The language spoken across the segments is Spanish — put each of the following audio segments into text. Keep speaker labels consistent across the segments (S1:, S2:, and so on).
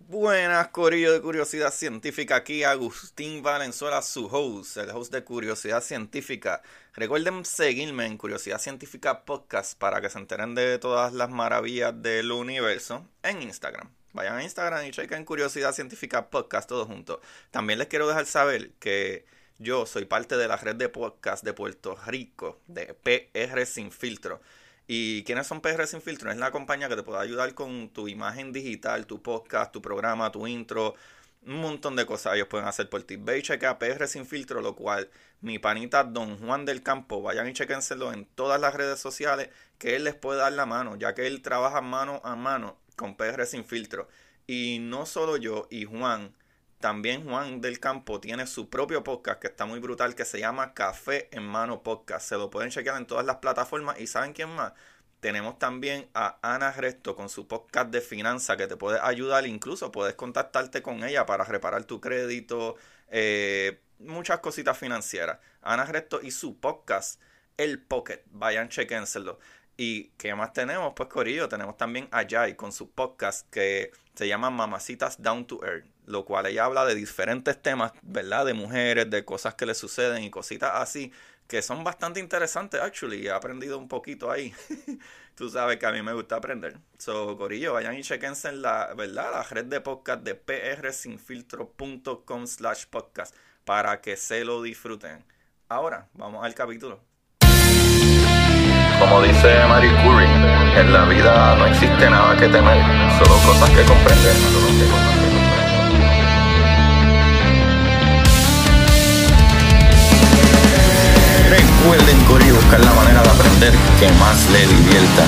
S1: Buenas, corillo de Curiosidad Científica, aquí Agustín Valenzuela, su host, el host de Curiosidad Científica. Recuerden seguirme en Curiosidad Científica Podcast para que se enteren de todas las maravillas del universo en Instagram. Vayan a Instagram y chequen Curiosidad Científica Podcast todos juntos. También les quiero dejar saber que yo soy parte de la red de podcast de Puerto Rico, de PR Sin Filtro. ¿Y quiénes son PR Sin Filtro? Es la compañía que te puede ayudar con tu imagen digital, tu podcast, tu programa, tu intro, un montón de cosas ellos pueden hacer por ti. Ve y chequea PR Sin Filtro, lo cual mi panita Don Juan del Campo, vayan y chequénselo en todas las redes sociales, que él les puede dar la mano, ya que él trabaja mano a mano con PR Sin Filtro. Y no solo yo y Juan, también Juan del Campo tiene su propio podcast que está muy brutal, que se llama Café en Mano Podcast. Se lo pueden chequear en todas las plataformas. ¿Y saben quién más? Tenemos también a Ana Resto con su podcast de finanzas que te puede ayudar. Incluso puedes contactarte con ella para reparar tu crédito, muchas cositas financieras. Ana Resto y su podcast, El Pocket. Vayan, chequénselo. ¿Y qué más tenemos? Pues corillo, tenemos también a Jai con su podcast que se llama Mamacitas Down to Earth, lo cual ella habla de diferentes temas, ¿verdad? De mujeres, de cosas que le suceden y cositas así, que son bastante interesantes, actually. He aprendido un poquito ahí. Tú sabes que a mí me gusta aprender. So, corillo, vayan y chequense en la, ¿verdad? La red de podcast de prsinfiltro.com/podcast para que se lo disfruten. Ahora, vamos al capítulo.
S2: Como dice Marie Curie, en la vida no existe nada que temer, solo cosas que comprender. Recuerden, corillo, buscar la manera de aprender que más le divierta.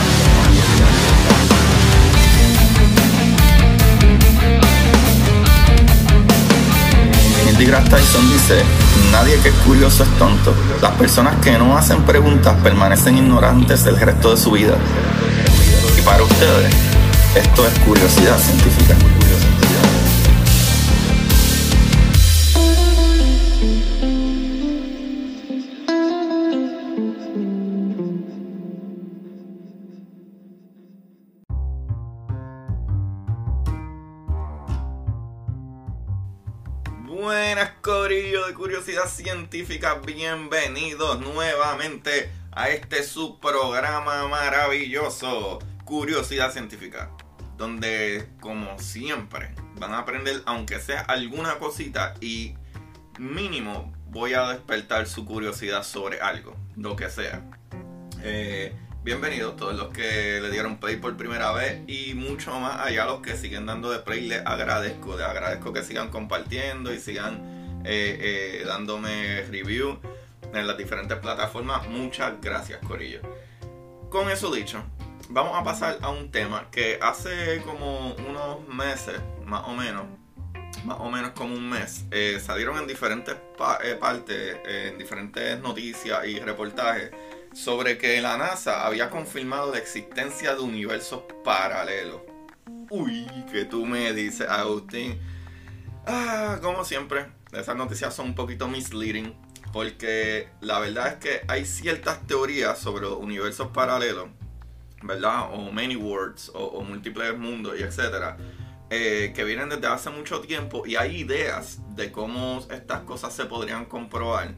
S2: Neil deGrasse Tyson dice: nadie que es curioso es tonto. Las personas que no hacen preguntas permanecen ignorantes el resto de su vida. Y para ustedes, esto es Curiosidad Científica.
S1: Buenas, corillo de Curiosidad Científica, bienvenidos nuevamente a este su programa maravilloso, Curiosidad Científica, donde como siempre van a aprender aunque sea alguna cosita y mínimo voy a despertar su curiosidad sobre algo, lo que sea. Bienvenidos todos los que le dieron play por primera vez y mucho más allá los que siguen dando de play. Les agradezco que sigan compartiendo y sigan dándome review en las diferentes plataformas. Muchas gracias, corillo. Con eso dicho, vamos a pasar a un tema que hace como unos meses, más o menos como un mes, salieron en diferentes partes, en diferentes noticias y reportajes sobre que la NASA había confirmado la existencia de universos paralelos. Uy, que tú me dices, Agustín. Como siempre, esas noticias son un poquito misleading, porque la verdad es que hay ciertas teorías sobre los universos paralelos, ¿verdad? O many worlds, o múltiples mundos, y etcétera, que vienen desde hace mucho tiempo, y hay ideas de cómo estas cosas se podrían comprobar.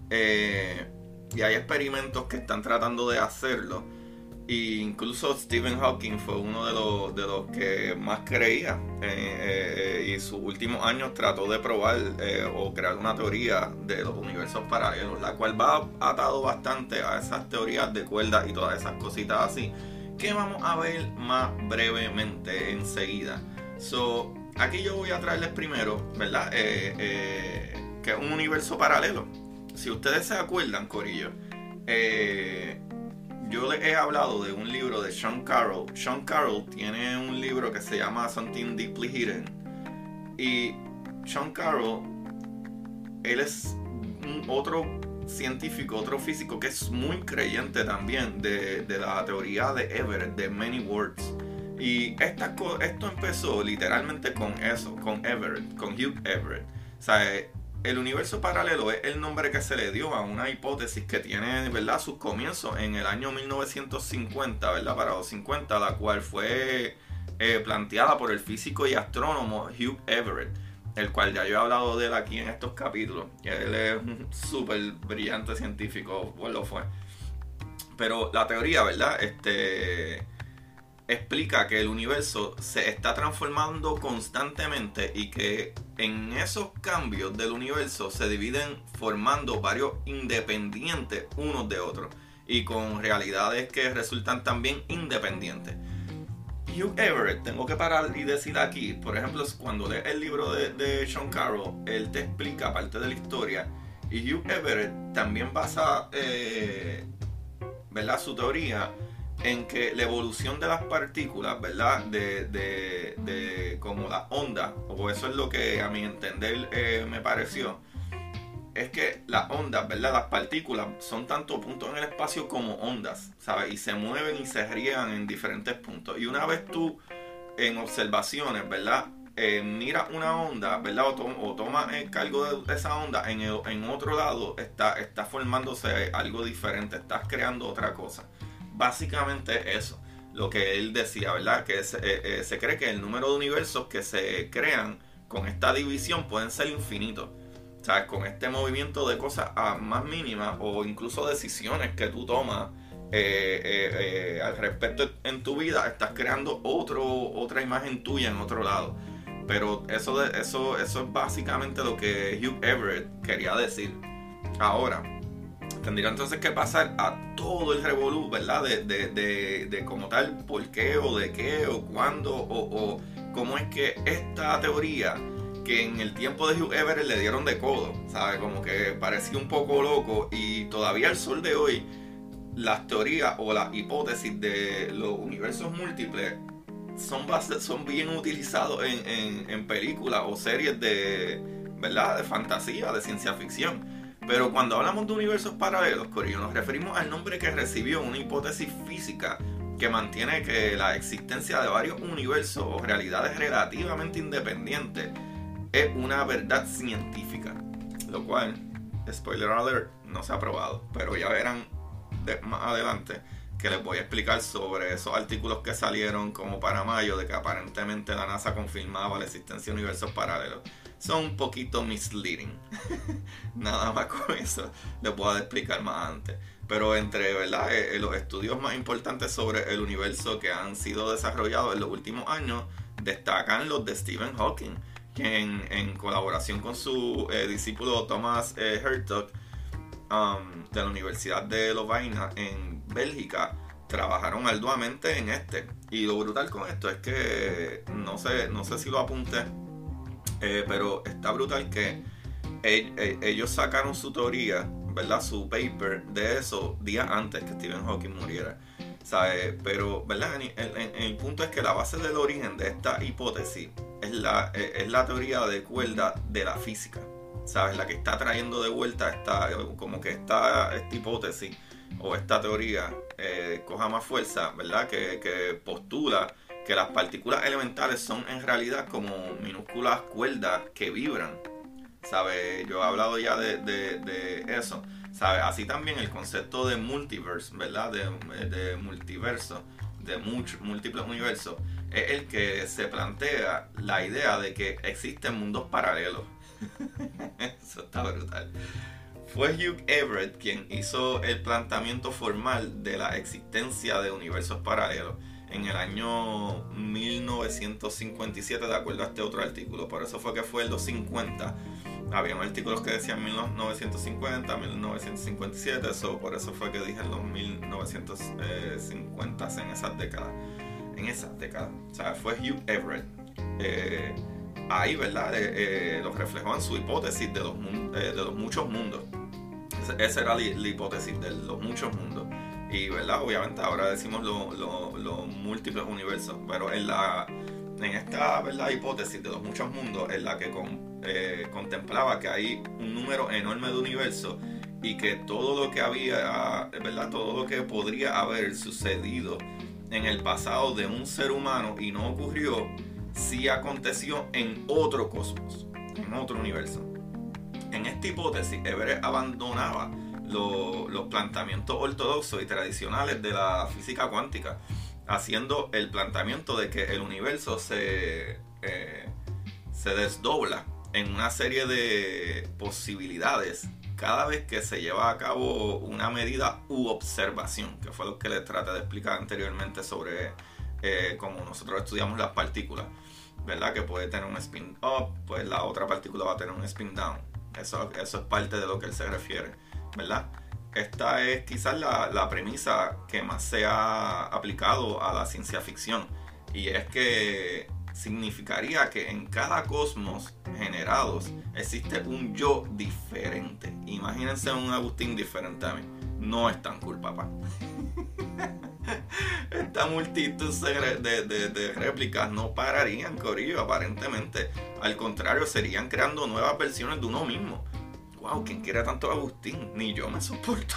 S1: Y hay experimentos que están tratando de hacerlo. E incluso Stephen Hawking fue uno de los que más creía. Y sus últimos años trató de probar o crear una teoría de los universos paralelos, la cual va atado bastante a esas teorías de cuerdas y todas esas cositas así, que vamos a ver más brevemente enseguida. So, aquí yo voy a traerles primero, ¿verdad? Que es un universo paralelo. Si ustedes se acuerdan, corillo, yo les he hablado de un libro de Sean Carroll. Sean Carroll tiene un libro que se llama Something Deeply Hidden. Y Sean Carroll, él es otro científico, otro físico que es muy creyente también de la teoría de Everett, de Many Worlds. Y esto empezó literalmente con eso, con Everett, con Hugh Everett. O sea, el universo paralelo es el nombre que se le dio a una hipótesis que tiene, ¿verdad?, sus comienzos en el año 1950, ¿verdad?, para los 50, la cual fue planteada por el físico y astrónomo Hugh Everett, el cual ya yo he hablado de él aquí en estos capítulos. Él es un súper brillante científico, pues lo fue. Pero la teoría, ¿verdad? Explica que el universo se está transformando constantemente y que en esos cambios del universo se dividen formando varios independientes unos de otros y con realidades que resultan también independientes. Hugh Everett, tengo que parar y decir aquí, por ejemplo, cuando lees el libro de Sean Carroll, él te explica parte de la historia, y Hugh Everett también basa ¿verdad? Su teoría en que la evolución de las partículas, ¿verdad? De como las ondas, o eso es lo que a mi entender me pareció, es que las ondas, ¿verdad? Las partículas son tanto puntos en el espacio como ondas, ¿sabes? Y se mueven y se riegan en diferentes puntos. Y una vez tú, en observaciones, ¿verdad? Miras una onda, ¿verdad? O tomas el cargo de esa onda, en otro lado está formándose algo diferente, estás creando otra cosa. Básicamente eso, lo que él decía, ¿verdad? Que se cree que el número de universos que se crean con esta división pueden ser infinitos. ¿Sabes? Con este movimiento de cosas más mínimas o incluso decisiones que tú tomas al respecto en tu vida, estás creando otra imagen tuya en otro lado. Pero eso es básicamente lo que Hugh Everett quería decir. Ahora, tendría entonces que pasar a todo el revolú, ¿verdad? De como tal, por qué o de qué o cuándo o cómo es que esta teoría, que en el tiempo de Hugh Everett le dieron de codo, ¿sabes? Como que parecía un poco loco, y todavía al sol de hoy las teorías o las hipótesis de los universos múltiples son bien utilizados en películas o series ¿verdad? De fantasía, de ciencia ficción. Pero cuando hablamos de universos paralelos, Corillo, nos referimos al nombre que recibió una hipótesis física que mantiene que la existencia de varios universos o realidades relativamente independientes es una verdad científica, lo cual, spoiler alert, no se ha probado, pero ya verán más adelante que les voy a explicar sobre esos artículos que salieron como para mayo de que aparentemente la NASA confirmaba la existencia de universos paralelos. Son un poquito misleading. Nada más con eso les puedo explicar más antes. Pero entre, ¿verdad? Los estudios más importantes sobre el universo que han sido desarrollados en los últimos años, destacan los de Stephen Hawking, que en colaboración con su discípulo Thomas Hertog de la Universidad de Louvain en Bélgica, trabajaron arduamente en este. Y lo brutal con esto es que no sé si lo apunté, pero está brutal que ellos sacaron su teoría, ¿verdad? Su paper de eso días antes que Stephen Hawking muriera, ¿sabes? Pero, ¿verdad? El punto es que la base del origen de esta hipótesis es la teoría de cuerda de la física, ¿sabes? La que está trayendo de vuelta esta hipótesis o esta teoría coja más fuerza, ¿verdad? Que postula que las partículas elementales son en realidad como minúsculas cuerdas que vibran, ¿sabes? Yo he hablado ya de eso, ¿sabes? Así también el concepto de multiverse, ¿verdad? De multiverso, de múltiples universos, es el que se plantea la idea de que existen mundos paralelos. Eso está brutal. Fue Hugh Everett quien hizo el planteamiento formal de la existencia de universos paralelos en el año 1957, de acuerdo a este otro artículo. Por eso fue que fue en los 50. Había artículos que decían 1950, 1957, por eso fue que dije en los 1950 en esas décadas. O sea, fue Hugh Everett. Ahí, ¿verdad? Lo reflejó en su hipótesis de los muchos mundos. Esa era la hipótesis de los muchos mundos. Y, ¿verdad? Obviamente ahora decimos los múltiples universos, pero en esta, ¿verdad? Hipótesis de los muchos mundos, en la que contemplaba que hay un número enorme de universos y que todo lo que había, ¿verdad? Todo lo que podría haber sucedido en el pasado de un ser humano y no ocurrió, sí aconteció en otro cosmos, en otro universo. En esta hipótesis, Everett abandonaba los planteamientos ortodoxos y tradicionales de la física cuántica, haciendo el planteamiento de que el universo se desdobla en una serie de posibilidades cada vez que se lleva a cabo una medida u observación, que fue lo que les traté de explicar anteriormente sobre cómo nosotros estudiamos las partículas, ¿verdad? Que puede tener un spin up, pues la otra partícula va a tener un spin down. Eso es parte de lo que él se refiere, ¿verdad? Esta es quizás la premisa que más se ha aplicado a la ciencia ficción, y es que significaría que en cada cosmos generados existe un yo diferente. Imagínense un Agustín diferente a mí. No es tan cool, papá. Esta multitud de réplicas no pararían, corillo, aparentemente. Al contrario, serían creando nuevas versiones de uno mismo. Wow, ¿quién quiere tanto a Agustín? Ni yo me soporto.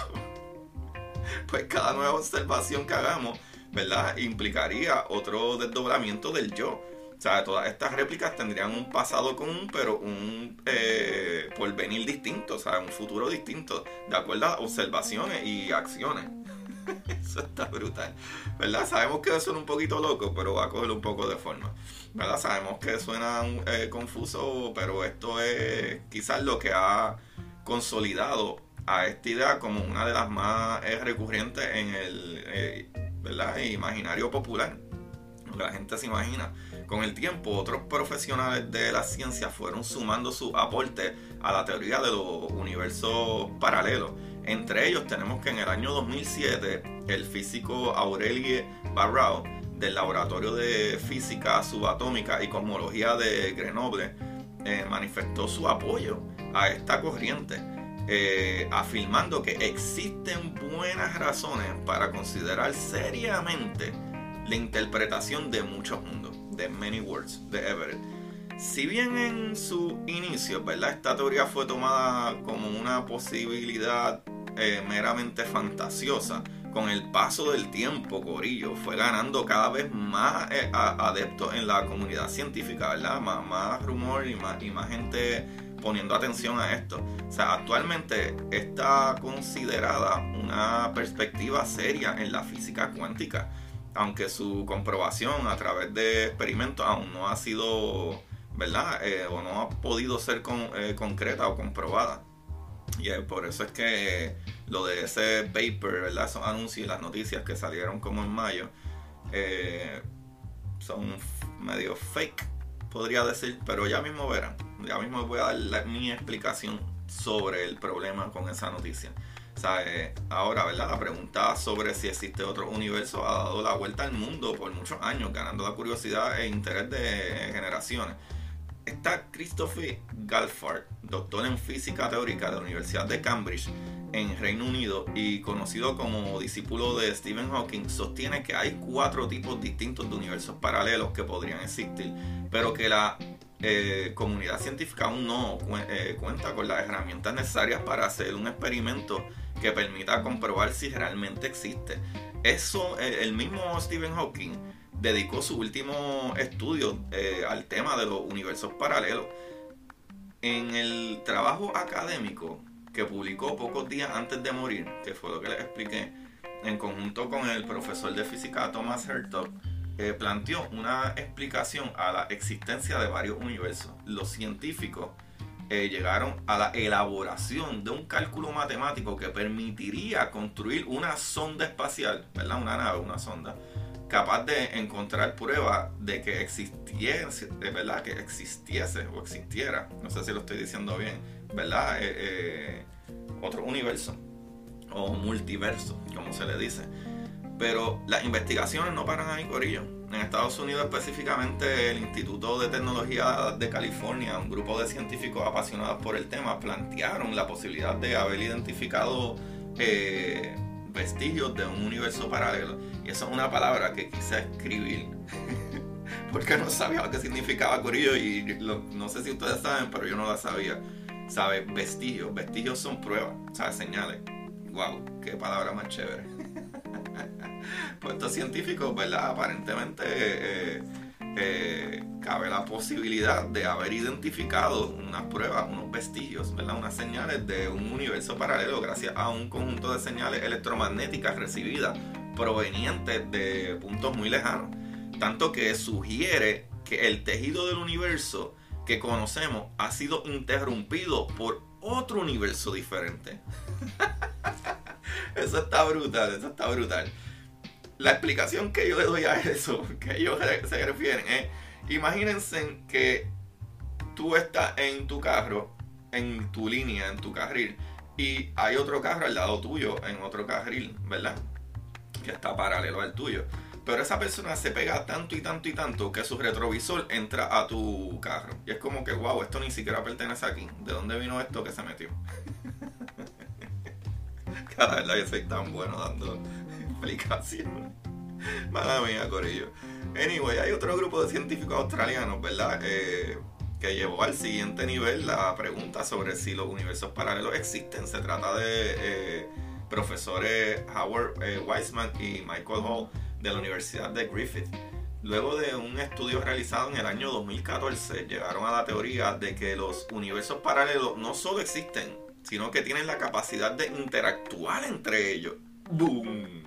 S1: Pues cada nueva observación que hagamos, ¿verdad?, implicaría otro desdoblamiento del yo. O sea, todas estas réplicas tendrían un pasado común, pero un porvenir distinto, o sea, un futuro distinto, de acuerdo a observaciones y acciones. Eso está brutal, ¿verdad? Sabemos que suena un poquito loco, pero va a coger un poco de forma, ¿verdad? Sabemos que suena confuso, pero esto es quizás lo que ha consolidado a esta idea como una de las más recurrentes en el ¿verdad?, imaginario popular, lo que la gente se imagina. Con el tiempo, otros profesionales de la ciencia fueron sumando su aporte a la teoría de los universos paralelos. Entre ellos tenemos que en el año 2007, el físico Aurelie Barrau, del Laboratorio de Física Subatómica y Cosmología de Grenoble, manifestó su apoyo a esta corriente, afirmando que existen buenas razones para considerar seriamente la interpretación de muchos mundos, de Many Worlds, de Everett. Si bien en su inicio, ¿verdad?, esta teoría fue tomada como una posibilidad meramente fantasiosa, con el paso del tiempo, corillo, fue ganando cada vez más adeptos en la comunidad científica, ¿verdad? Más rumor y más gente poniendo atención a esto. O sea, actualmente está considerada una perspectiva seria en la física cuántica, aunque su comprobación a través de experimentos aún no ha sido, ¿verdad?, o no ha podido ser concreta o comprobada. Y por eso es que lo de ese paper, ¿verdad?, esos anuncios y las noticias que salieron como en mayo, son medio fake, podría decir, pero ya mismo verán. Ya mismo voy a dar mi explicación sobre el problema con esa noticia. O sea, ahora, ¿verdad?, la pregunta sobre si existe otro universo ha dado la vuelta al mundo por muchos años, ganando la curiosidad e interés de generaciones. Está Christopher Galfard, doctor en física teórica de la Universidad de Cambridge en Reino Unido y conocido como discípulo de Stephen Hawking, sostiene que hay 4 tipos distintos de universos paralelos que podrían existir, pero que la comunidad científica aún no cuenta con las herramientas necesarias para hacer un experimento que permita comprobar si realmente existe. Eso, el mismo Stephen Hawking dedicó su último estudio al tema de los universos paralelos. En el trabajo académico que publicó pocos días antes de morir, que fue lo que les expliqué, en conjunto con el profesor de física Thomas Hertog, planteó una explicación a la existencia de varios universos. Los científicos llegaron a la elaboración de un cálculo matemático que permitiría construir una sonda espacial, ¿verdad?, una nave, una sonda, capaz de encontrar pruebas de que existiese, ¿verdad?, que existiese o existiera, no sé si lo estoy diciendo bien, ¿verdad?, otro universo o multiverso, como se le dice. Pero las investigaciones no paran ahí, corillo. En Estados Unidos, específicamente el Instituto de Tecnología de California, un grupo de científicos apasionados por el tema, plantearon la posibilidad de haber identificado vestigios de un universo paralelo. Y eso es una palabra que quise escribir porque no sabía lo que significaba, corillo, y no sé si ustedes saben, pero yo no la sabía. ¿Sabes? Vestigios son pruebas, ¿sabes? Señales. Wow, qué palabra más chévere. Pues estos científicos, ¿verdad?, aparentemente cabe la posibilidad de haber identificado unas pruebas, unos vestigios, ¿verdad?, unas señales de un universo paralelo gracias a un conjunto de señales electromagnéticas recibidas provenientes de puntos muy lejanos. Tanto que sugiere que el tejido del universo que conocemos ha sido interrumpido por otro universo diferente. Eso está brutal. La explicación que yo le doy a eso, que ellos se refieren, es: imagínense que tú estás en tu carro, en tu línea, en tu carril, y hay otro carro al lado tuyo, en otro carril, ¿verdad? Que está paralelo al tuyo. Pero esa persona se pega tanto y tanto y tanto que su retrovisor entra a tu carro. Y es como que, wow, esto ni siquiera pertenece aquí. ¿De dónde vino esto que se metió? Cada vez yo soy tan bueno dando explicaciones. Mala mía, corillo. Anyway, hay otro grupo de científicos australianos, ¿verdad? Que llevó al siguiente nivel la pregunta sobre si los universos paralelos existen. Se trata de profesores Howard Wiseman y Michael Hall de la Universidad de Griffith. Luego de un estudio realizado en el año 2014, llegaron a la teoría de que los universos paralelos no solo existen, sino que tienen la capacidad de interactuar entre ellos. ¡Boom!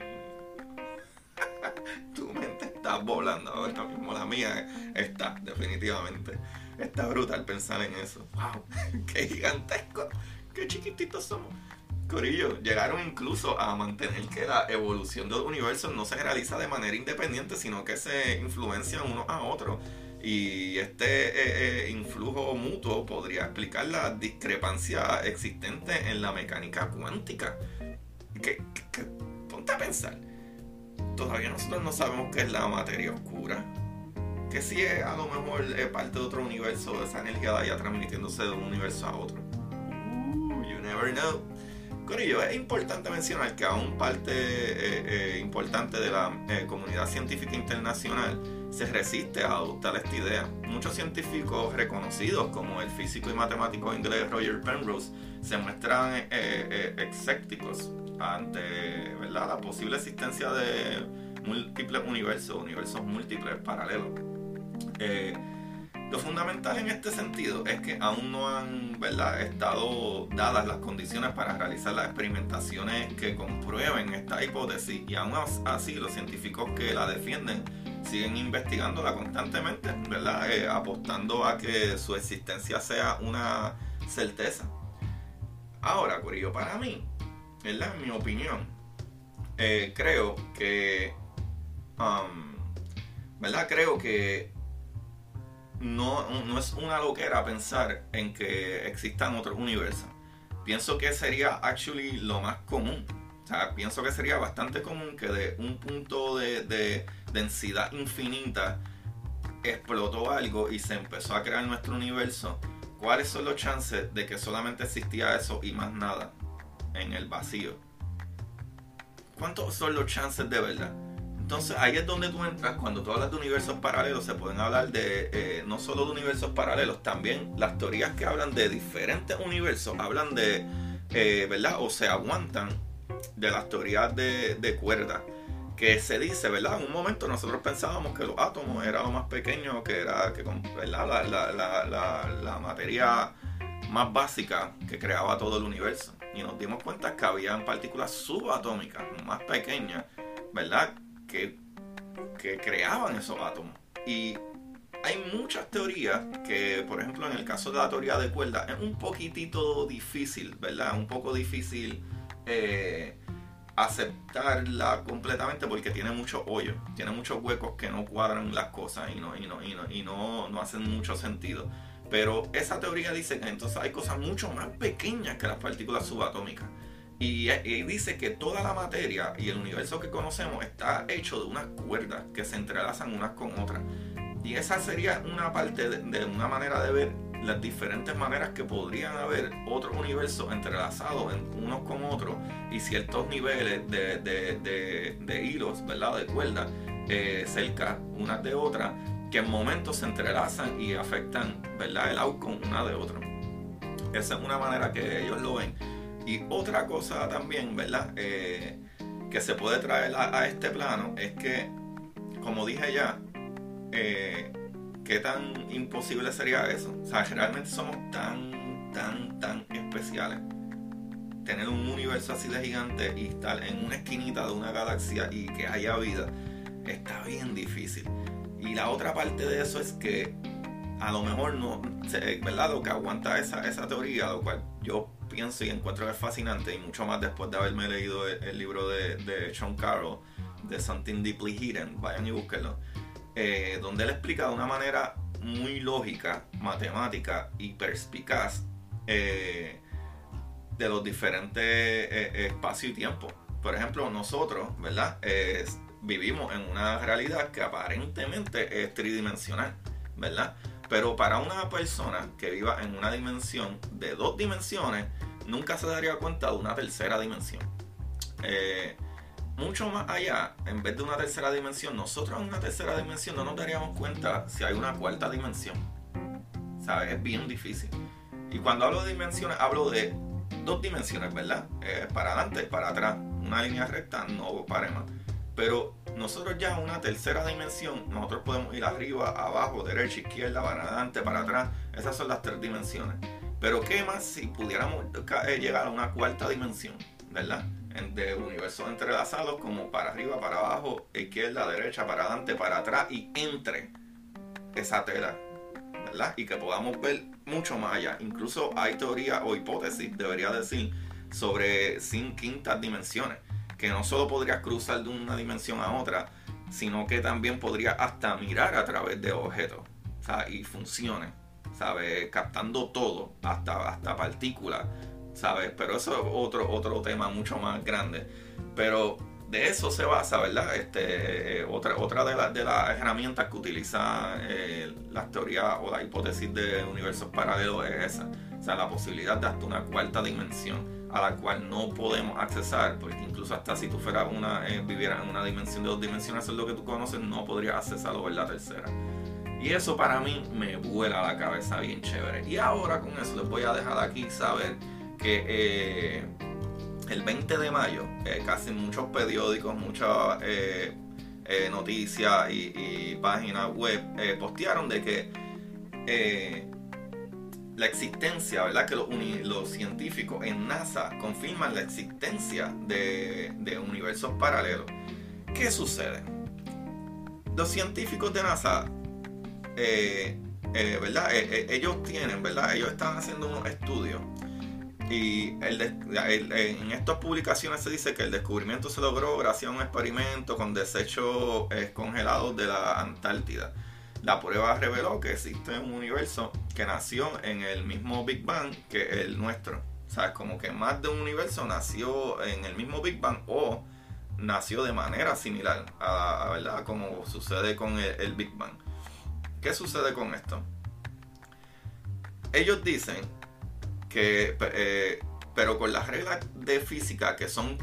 S1: Tu mente está volando ahora mismo, la mía está, definitivamente. Está brutal pensar en eso. ¡Wow! ¡Qué gigantesco! ¡Qué chiquititos somos! Corillo, llegaron incluso a mantener que la evolución del universo no se realiza de manera independiente, sino que se influencian unos a otros. Y este influjo mutuo podría explicar la discrepancia existente en la mecánica cuántica. Ponte a pensar. Todavía nosotros no sabemos qué es la materia oscura. Que si es a lo mejor parte de otro universo, esa energía de allá transmitiéndose de un universo a otro. You never know. Corillo, es importante mencionar que aún parte importante de la comunidad científica internacional se resiste a adoptar esta idea. Muchos científicos reconocidos, como el físico y matemático inglés Roger Penrose, se muestran escépticos ante, ¿verdad?, la posible existencia de múltiples universos múltiples paralelos. Lo fundamental en este sentido es que aún no han, ¿verdad?, estado dadas las condiciones para realizar las experimentaciones que comprueben esta hipótesis, y aún así los científicos que la defienden siguen investigándola constantemente, ¿verdad?, apostando a que su existencia sea una certeza. Ahora, corillo, para mí, ¿verdad?, en mi opinión, creo que no es una loquera pensar en que existan otros universos. Pienso que sería actually lo más común. O sea, pienso que sería bastante común que de un punto de densidad infinita explotó algo y se empezó a crear nuestro universo. ¿Cuáles son los chances de que solamente existía eso y más nada en el vacío? ¿Cuántos son los chances de verdad? Entonces ahí es donde tú entras. Cuando tú hablas de universos paralelos, se pueden hablar de no solo de universos paralelos, también las teorías que hablan de diferentes universos hablan de, ¿verdad?, o se aguantan de las teorías de cuerda, que se dice, ¿verdad?, en un momento nosotros pensábamos que los átomos era lo más pequeño, que era, ¿verdad?, la materia más básica que creaba todo el universo, y nos dimos cuenta que había partículas subatómicas más pequeñas, ¿verdad?, que creaban esos átomos. Y hay muchas teorías que, por ejemplo, en el caso de la teoría de cuerda, es un poquitito difícil, ¿verdad? Un poco difícil aceptarla completamente porque tiene muchos hoyos, tiene muchos huecos que no cuadran las cosas y no hacen mucho sentido. Pero esa teoría dice que entonces hay cosas mucho más pequeñas que las partículas subatómicas. Y dice que toda la materia y el universo que conocemos está hecho de unas cuerdas que se entrelazan unas con otras. Y esa sería una parte de una manera de ver las diferentes maneras que podrían haber otros universos entrelazados unos con otros, y ciertos niveles de hilos, ¿verdad?, de cuerdas cerca unas de otras, que en momentos se entrelazan y afectan, ¿verdad?, el outcome una de otra. Esa es una manera que ellos lo ven. Y otra cosa también, ¿verdad?, que se puede traer a este plano es que, como dije ya, ¿qué tan imposible sería eso? O sea, realmente somos tan especiales, tener un universo así de gigante y estar en una esquinita de una galaxia y que haya vida, está bien difícil. Y la otra parte de eso es que a lo mejor no, ¿verdad? Lo que aguanta esa teoría, lo cual yo pienso y encuentro que es fascinante, y mucho más después de haberme leído el libro de Sean Carroll, de Something Deeply Hidden, vayan y búsquenlo, donde él explica de una manera muy lógica, matemática y perspicaz de los diferentes espacio y tiempo. Por ejemplo, nosotros, ¿verdad? Vivimos en una realidad que aparentemente es tridimensional, ¿verdad? Pero para una persona que viva en una dimensión de 2 dimensiones, nunca se daría cuenta de una tercera dimensión. Mucho más allá, en vez de una tercera dimensión, nosotros en una tercera dimensión no nos daríamos cuenta si hay una cuarta dimensión. ¿Sabes? Es bien difícil. Y cuando hablo de dimensiones, hablo de 2 dimensiones, ¿verdad? Para adelante y para atrás. Una línea recta, no para más. Pero nosotros ya en una tercera dimensión, nosotros podemos ir arriba, abajo, derecha, izquierda, para adelante, para atrás. Esas son las 3 dimensiones. Pero ¿qué más si pudiéramos llegar a una cuarta dimensión, ¿verdad? De universos entrelazados, como para arriba, para abajo, izquierda, derecha, para adelante, para atrás, y entre esa tela, ¿verdad? Y que podamos ver mucho más allá. Incluso hay teoría o hipótesis, debería decir, sobre 5 quintas dimensiones, que no solo podrías cruzar de una dimensión a otra, sino que también podrías hasta mirar a través de objetos, ¿sabes? Y funciones, ¿sabes? Captando todo, hasta partículas, ¿sabes? Pero eso es otro tema mucho más grande. Pero de eso se basa, ¿verdad? Otra de las herramientas que utilizan las teorías o la hipótesis de universos paralelos es esa. O sea, la posibilidad de hasta una cuarta dimensión a la cual no podemos accesar, porque incluso hasta si tú fueras vivieras en una dimensión de 2 dimensiones, eso es lo que tú conoces, no podrías accesarlo en la tercera. Y eso para mí me vuela la cabeza bien chévere. Y ahora con eso les voy a dejar aquí saber que el 20 de mayo casi muchos periódicos, muchas noticias y páginas web postearon de que la existencia, ¿verdad? Que los científicos en NASA confirman la existencia de universos paralelos. ¿Qué sucede? Los científicos de NASA, ¿verdad? Ellos tienen, ¿verdad? Ellos están haciendo unos estudios. Y en estas publicaciones se dice que el descubrimiento se logró gracias a un experimento con desechos congelados de la Antártida. La prueba reveló que existe un universo que nació en el mismo Big Bang que el nuestro. O sea, es como que más de un universo nació en el mismo Big Bang o nació de manera similar a ¿verdad? Como sucede con el Big Bang. ¿Qué sucede con esto? Ellos dicen que pero con las reglas de física que son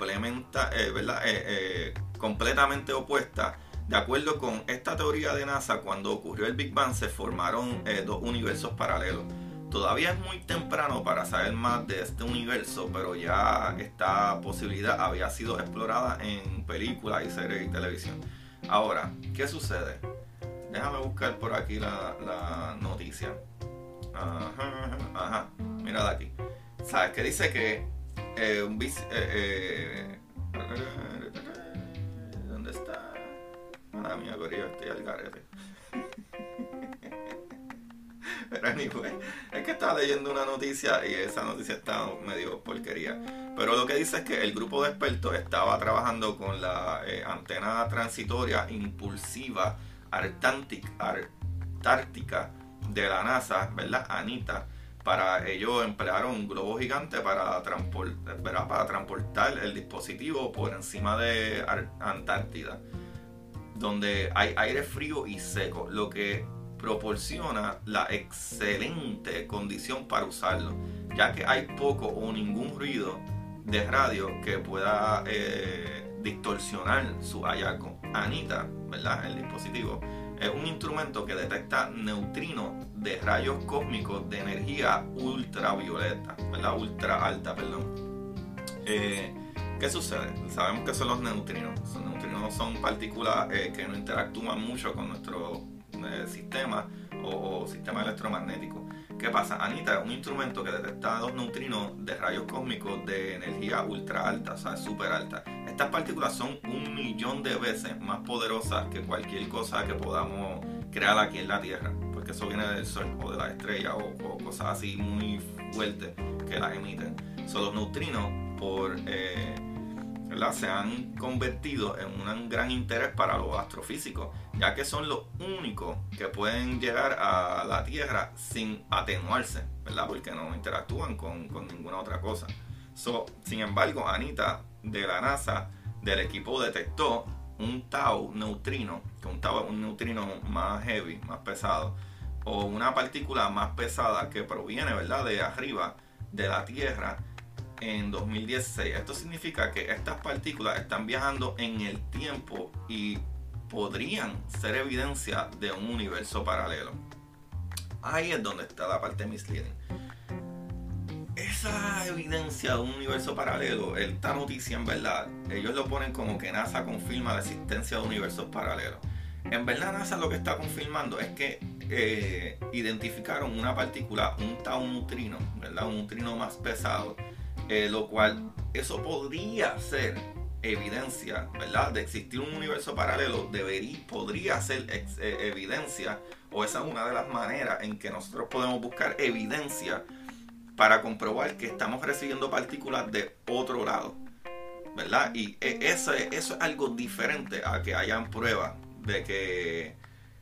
S1: completamente opuestas. De acuerdo con esta teoría de NASA, cuando ocurrió el Big Bang se formaron 2 universos paralelos. Todavía es muy temprano para saber más de este universo, pero ya esta posibilidad había sido explorada en películas y series y televisión. Ahora, ¿qué sucede? Déjame buscar por aquí la noticia. Ajá, mira de aquí. ¿Sabes qué dice que ¿dónde está? Mala mía, corillo, estoy al garete. Pero anyway, es que estaba leyendo una noticia y esa noticia está medio porquería. Pero lo que dice es que el grupo de expertos estaba trabajando con la antena transitoria impulsiva antártica de la NASA, ¿verdad? ANITA. Para ello emplearon un globo gigante para transportar el dispositivo por encima de Antártida, donde hay aire frío y seco, lo que proporciona la excelente condición para usarlo, ya que hay poco o ningún ruido de radio que pueda distorsionar su hallazgo. ANITA, ¿verdad? El dispositivo es un instrumento que detecta neutrinos de rayos cósmicos de energía ultravioleta, ¿verdad? Ultra alta, perdón. ¿Qué sucede? Sabemos que son los neutrinos. Los neutrinos son partículas que no interactúan mucho con nuestro sistema o sistema electromagnético. ¿Qué pasa? Anita es un instrumento que detecta los neutrinos de rayos cósmicos de energía ultra alta, o sea, súper alta. Estas partículas son 1.000.000 de veces más poderosas que cualquier cosa que podamos crear aquí en la Tierra, porque eso viene del Sol o de las estrellas o cosas así muy fuertes que las emiten. Los neutrinos se han convertido en un gran interés para los astrofísicos, ya que son los únicos que pueden llegar a la Tierra sin atenuarse, ¿verdad? Porque no interactúan con ninguna otra cosa. Sin embargo, Anita de la NASA, del equipo, detectó un tau neutrino, que un tau es un neutrino más heavy, más pesado, o una partícula más pesada que proviene, ¿verdad?, de arriba de la Tierra en 2016. Esto significa que estas partículas están viajando en el tiempo y podrían ser evidencia de un universo paralelo. Ahí es donde está la parte misleading. Esa evidencia de un universo paralelo, esta noticia, en verdad, ellos lo ponen como que NASA confirma la existencia de universos paralelos. En verdad, NASA lo que está confirmando es que identificaron una partícula, un tau neutrino, ¿verdad? Un neutrino más pesado, lo cual eso podría ser evidencia, ¿verdad?, de existir un universo paralelo. Podría ser evidencia, o esa es una de las maneras en que nosotros podemos buscar evidencia para comprobar que estamos recibiendo partículas de otro lado, ¿verdad? Y eso es algo diferente a que hayan pruebas de que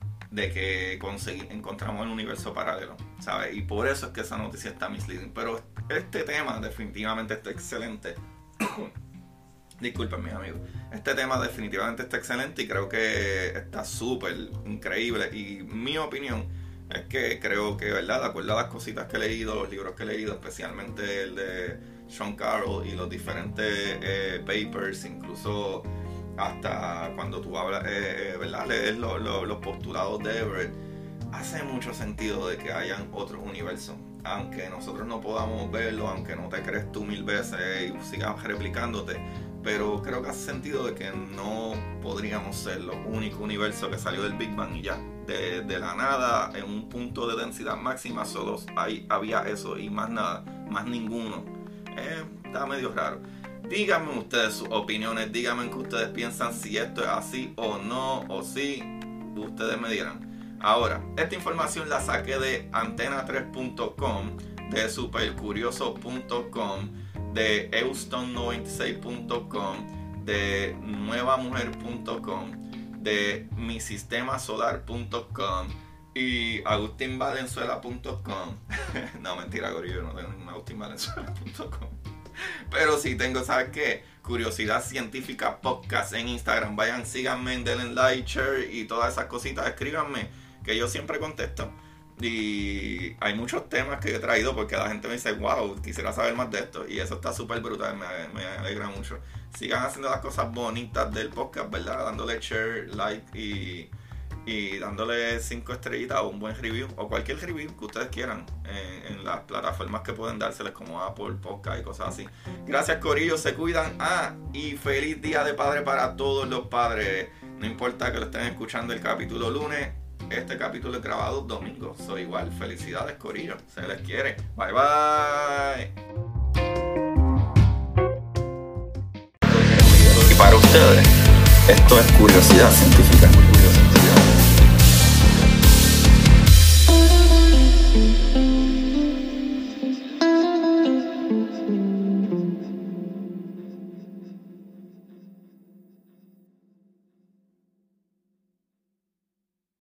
S1: encontramos el universo paralelo, ¿sabes? Y por eso es que esa noticia está misleading. Pero este tema definitivamente está excelente. Disculpen, mis amigos. Este tema definitivamente está excelente y creo que está súper increíble. Y mi opinión es que creo que, ¿verdad?, de acuerdo a las cositas que he leído, los libros que he leído, especialmente el de Sean Carroll y los diferentes papers, incluso hasta cuando tú hablas, ¿verdad?, lees los postulados de Everett, hace mucho sentido de que hayan otros universos. Aunque nosotros no podamos verlo, aunque no te crees tú 1000 veces y sigas replicándote, pero creo que hace sentido de que no podríamos ser los únicos universos que salió del Big Bang y ya. De la nada, en un punto de densidad máxima, solo había eso y más nada, más ninguno. Está medio raro. Díganme ustedes sus opiniones, díganme qué ustedes piensan, si esto es así o no, o si ustedes me dirán. Ahora, esta información la saqué de antena3.com, de supercurioso.com, de euston96.com, de nuevamujer.com, de misistemasolar.com y agustinvalenzuela.com. No, mentira, gorillo, no tengo ningún agustinvalenzuela.com. Pero sí tengo, ¿sabes qué? Curiosidad Científica Podcast en Instagram. Vayan, síganme, denle like, share y todas esas cositas. Escríbanme, que yo siempre contesto. Y hay muchos temas que he traído porque la gente me dice, wow, quisiera saber más de esto. Y eso está súper brutal, me alegra mucho. Sigan haciendo las cosas bonitas del podcast, ¿verdad? Dándole share, like y dándole 5 estrellitas o un buen review o cualquier review que ustedes quieran en las plataformas que pueden dárseles como Apple Podcast y cosas así. Gracias, corillo, se cuidan. Y feliz Día de Padre para todos los padres. No importa que lo estén escuchando el capítulo lunes, este capítulo es grabado domingo. Soy igual, felicidades, corillo, se les quiere. Bye bye.
S2: Y para ustedes, esto es Curiosidad Científica.